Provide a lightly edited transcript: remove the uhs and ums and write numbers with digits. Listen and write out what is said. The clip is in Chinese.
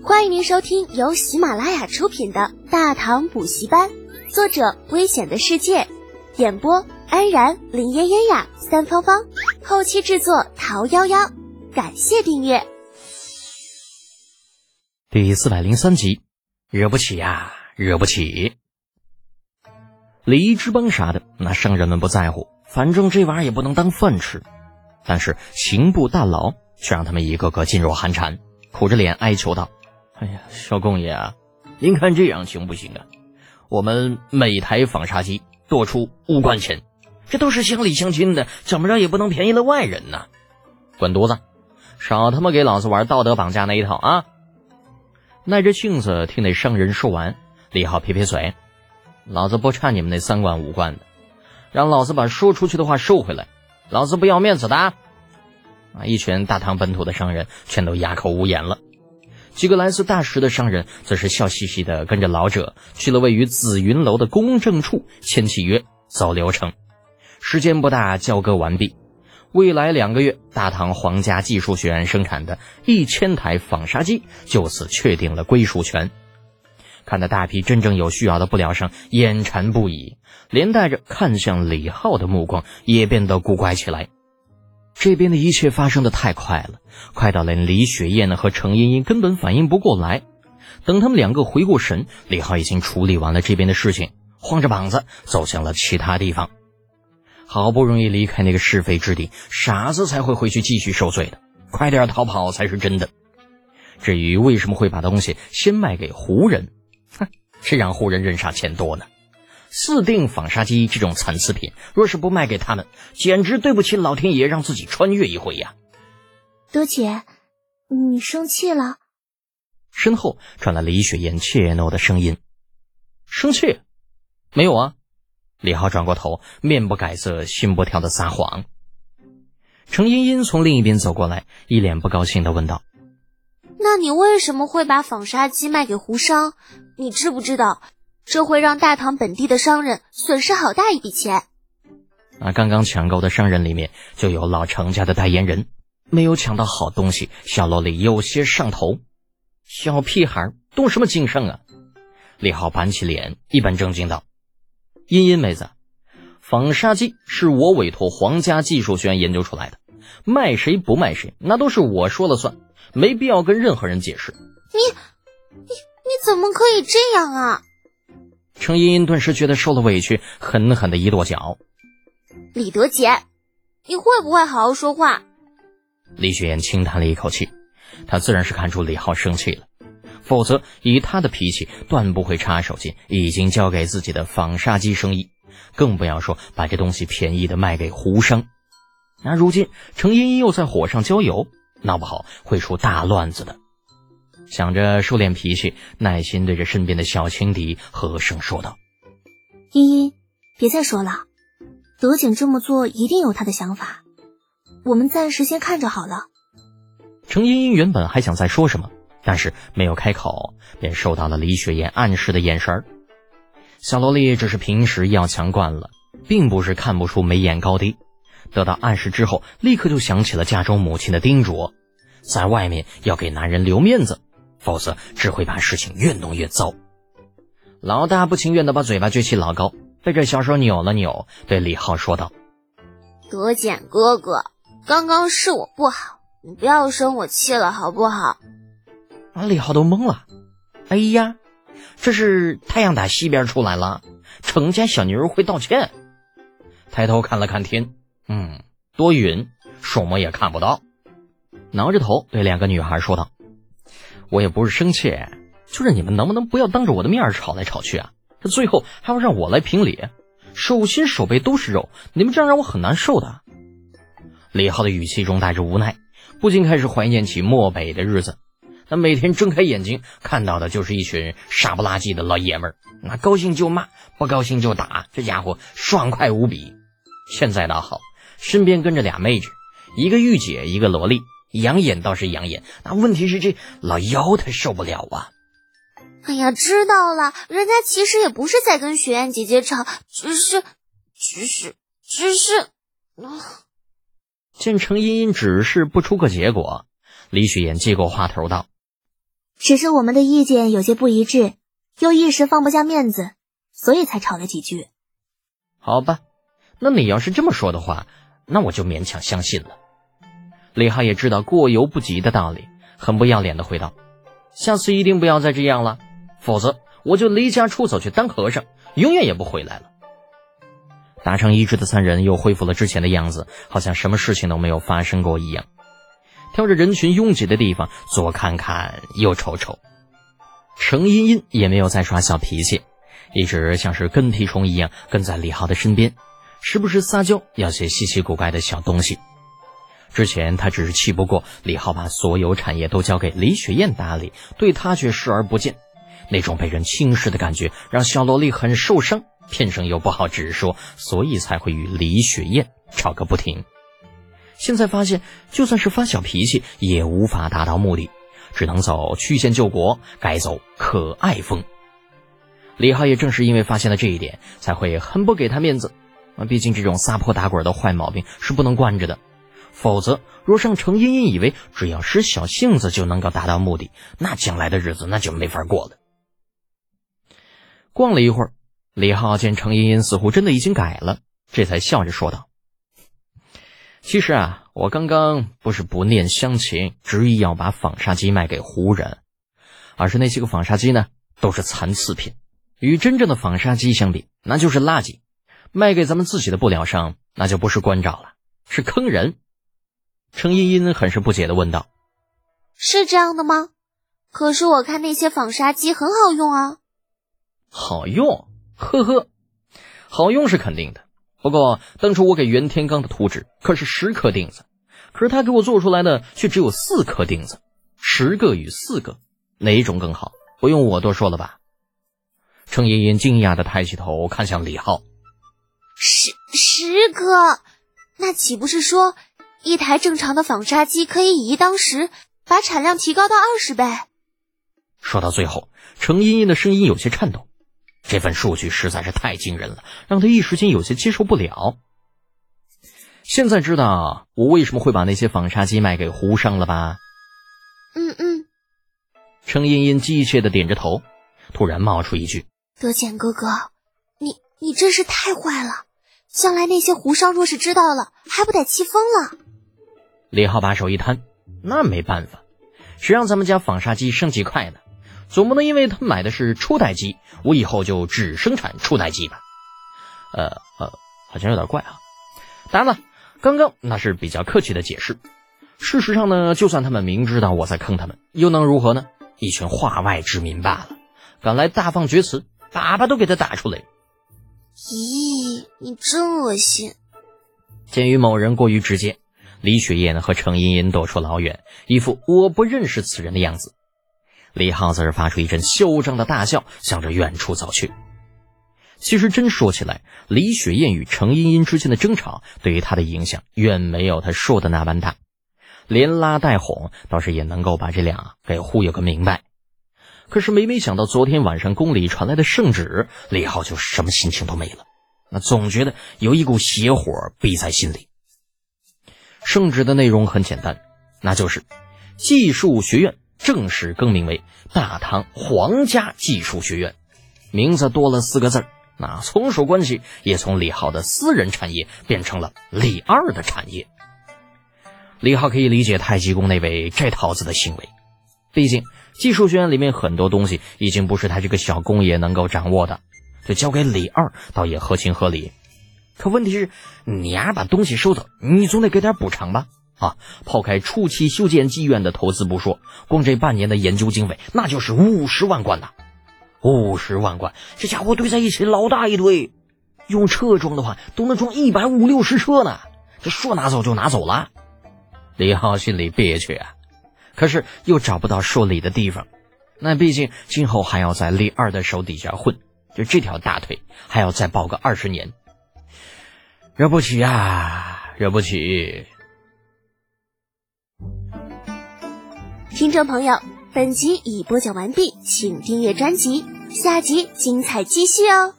欢迎您收听由喜马拉雅出品的《大唐补习班》，作者危险的世界，演播安然、林嫣嫣呀、三芳芳，后期制作桃夭夭。感谢订阅。 第403集，惹不起呀，惹不起。礼仪之邦啥的，那商人们不在乎，反正这玩意儿也不能当饭吃。但是刑部大佬却让他们一个个噤若寒蝉，苦着脸哀求道：哎呀，小公爷啊，您看这样行不行啊？我们每台纺纱机多出5贯钱，这都是乡里乡亲的，怎么着也不能便宜了外人呐。滚犊子，少他妈给老子玩道德绑架那一套啊！耐着性子听那商人说完，李浩撇撇嘴，老子不差你们那3贯5贯的，让老子把说出去的话收回来，老子不要面子的啊！一群大唐本土的商人全都哑口无言了。几个来自大石的商人则是笑嘻嘻地跟着老者去了位于紫云楼的公证处签契约走流程。时间不大，交割完毕。未来2个月，大唐皇家技术学院生产的1000台纺纱机就此确定了归属权。看得大批真正有需要的布料商眼馋不已，连带着看向李浩的目光也变得古怪起来。这边的一切发生的太快了，快到连李雪燕和程茵茵根本反应不过来。等他们2个回过神，李浩已经处理完了这边的事情，晃着膀子走向了其他地方。好不容易离开那个是非之地，傻子才会回去继续受罪的，快点逃跑才是真的。至于为什么会把东西先卖给胡人，是让胡人认傻钱多呢。4锭纺纱机这种残次品，若是不卖给他们，简直对不起老天爷让自己穿越一回呀。 德姐，你生气了？ 身后传来李雪燕怯懦的声音。生气？没有啊。李浩转过头，面不改色心不跳的撒谎。程茵茵从另一边走过来，一脸不高兴地问道： 那你为什么会把纺纱机卖给胡商？你知不知道这会让大唐本地的商人损失好大一笔钱？ 刚刚抢购的商人里面就有老程家的代言人，没有抢到好东西，小萝莉有些上头。小屁孩动什么精神啊？李浩板起脸一本正经道：茵茵妹子，纺纱机是我委托皇家技术学院研究出来的，卖谁不卖谁那都是我说了算，没必要跟任何人解释。 你怎么可以这样啊？ 程茵茵顿时觉得受了委屈，狠狠的一跺脚。 李德姐，你会不会好好说话？ 李雪燕轻叹了一口气，她自然是看出李浩生气了，否则以他的脾气断不会插手进已经交给自己的纺纱机生意，更不要说把这东西便宜的卖给胡商。那如今程茵茵又在火上浇油，闹不好会出大乱子的。想着收敛脾气，耐心对着身边的小情敌和声说道： 茵茵，别再说了，德景这么做一定有他的想法，我们暂时先看着好了。 程茵茵原本还想再说什么，但是没有开口，便收到了李雪燕暗示的眼神。小萝莉只是平时要强惯了，并不是看不出眉眼高低。得到暗示之后，立刻就想起了家中母亲的叮嘱，在外面要给男人留面子，否则只会把事情越弄越糟。老大不情愿地把嘴巴撅起老高，对着小手扭了扭，对李浩说道： 德简哥哥，刚刚是我不好，你不要生我气了好不好？ 李浩都懵了，哎呀，这是太阳打西边出来了，程家小妞会道歉。抬头看了看天，多云，什么也看不到。挠着头对2个女孩说道：我也不是生气，就是你们能不能不要当着我的面吵来吵去啊？这最后还要让我来评理，手心手背都是肉，你们这样让我很难受的。李浩的语气中带着无奈，不禁开始怀念起漠北的日子。那每天睁开眼睛看到的就是一群傻不拉几的老爷们儿，那高兴就骂，不高兴就打，这家伙爽快无比。现在倒好，身边跟着俩妹纸，一个御姐一个萝莉，养眼倒是养眼，那问题是这老妖他受不了啊。 哎呀，知道了，人家其实也不是在跟雪燕姐姐吵，只是见程茵茵只是不出个结果，李雪燕接过话头道： 只是我们的意见有些不一致，又一时放不下面子，所以才吵了几句。 好吧，那你要是这么说的话，那我就勉强相信了。李浩也知道过犹不及的道理，很不要脸的回道：下次一定不要再这样了，否则我就离家出走去当和尚，永远也不回来了。达成一致的三人又恢复了之前的样子，好像什么事情都没有发生过一样，挑着人群拥挤的地方左看看右瞅瞅。程茵茵也没有再耍小脾气，一直像是跟屁虫一样跟在李浩的身边，时不时撒娇要些稀奇古怪的小东西。之前他只是气不过李浩把所有产业都交给李雪燕打理，对他却视而不见，那种被人轻视的感觉让小萝莉很受伤，偏生又不好直说，所以才会与李雪燕吵个不停。现在发现就算是发小脾气也无法达到目的，只能走曲线救国，改走可爱风。李浩也正是因为发现了这一点，才会很不给他面子，毕竟这种撒泼打滚的坏毛病是不能惯着的，否则若让程茵茵以为只要使小性子就能够达到目的，那将来的日子那就没法过了。逛了一会儿，李浩见程茵茵似乎真的已经改了，这才笑着说道：其实啊，我刚刚不是不念乡情，执意要把纺纱机卖给胡人，而是那些个纺纱机呢都是残次品，与真正的纺纱机相比那就是垃圾，卖给咱们自己的布料商那就不是关照了，是坑人。程茵茵很是不解地问道： 是这样的吗？可是我看那些纺纱机很好用啊。 好用？呵呵，好用是肯定的，不过当初我给袁天罡的图纸可是10颗钉子，可是他给我做出来的却只有4颗钉子，10个与4个，哪一种更好？不用我多说了吧？程茵茵惊讶地抬起头看向李浩 ，10个？那岂不是说一台正常的纺纱机可以以一当10，把产量提高到20倍？ 说到最后，程茵茵的声音有些颤抖，这份数据实在是太惊人了，让他一时间有些接受不了。现在知道我为什么会把那些纺纱机卖给胡商了吧？程茵茵机械地点着头，突然冒出一句： 德简哥哥，你真是太坏了，将来那些胡商若是知道了，还不得气疯了。 李浩把手一摊，那没办法，谁让咱们家纺纱机升级快呢？总不能因为他买的是初代机，我以后就只生产初代机吧？好像有点怪啊。当然了，刚刚那是比较客气的解释。事实上呢，就算他们明知道我在坑他们，又能如何呢？一群话外之民罢了，敢来大放厥词，粑粑都给他打出来。 咦，你真恶心。 鉴于某人过于直接，李雪燕和程茵茵躲出老远，一副我不认识此人的样子。李浩则是发出一阵嚣张的大笑，向着远处走去。其实真说起来，李雪燕与程茵茵之间的争吵对于他的影响远没有他说的那般大，连拉带哄倒是也能够把这俩给忽悠个明白。可是没想到昨天晚上宫里传来的圣旨，李浩就什么心情都没了，那总觉得有一股邪火逼在心里。圣旨的内容很简单，那就是技术学院正式更名为大唐皇家技术学院，名字多了4个字，那从属关系也从李浩的私人产业变成了李二的产业。李浩可以理解太极宫那位摘桃子的行为，毕竟技术学院里面很多东西已经不是他这个小公爷能够掌握的，就交给李二倒也合情合理。可问题是，你把东西收走，你总得给点补偿吧？抛开初期修建妓院的投资不说，光这半年的研究经费那就是50万贯呐！50万贯，这家伙堆在一起老大一堆，用车装的话都能装150-160车呢，这说拿走就拿走了。李浩心里憋屈啊，可是又找不到说理的地方，那毕竟今后还要在李二的手底下混，就这条大腿还要再抱个20年，惹不起啊，惹不起。 听众朋友，本集已播讲完毕，请订阅专辑，下集精彩继续哦。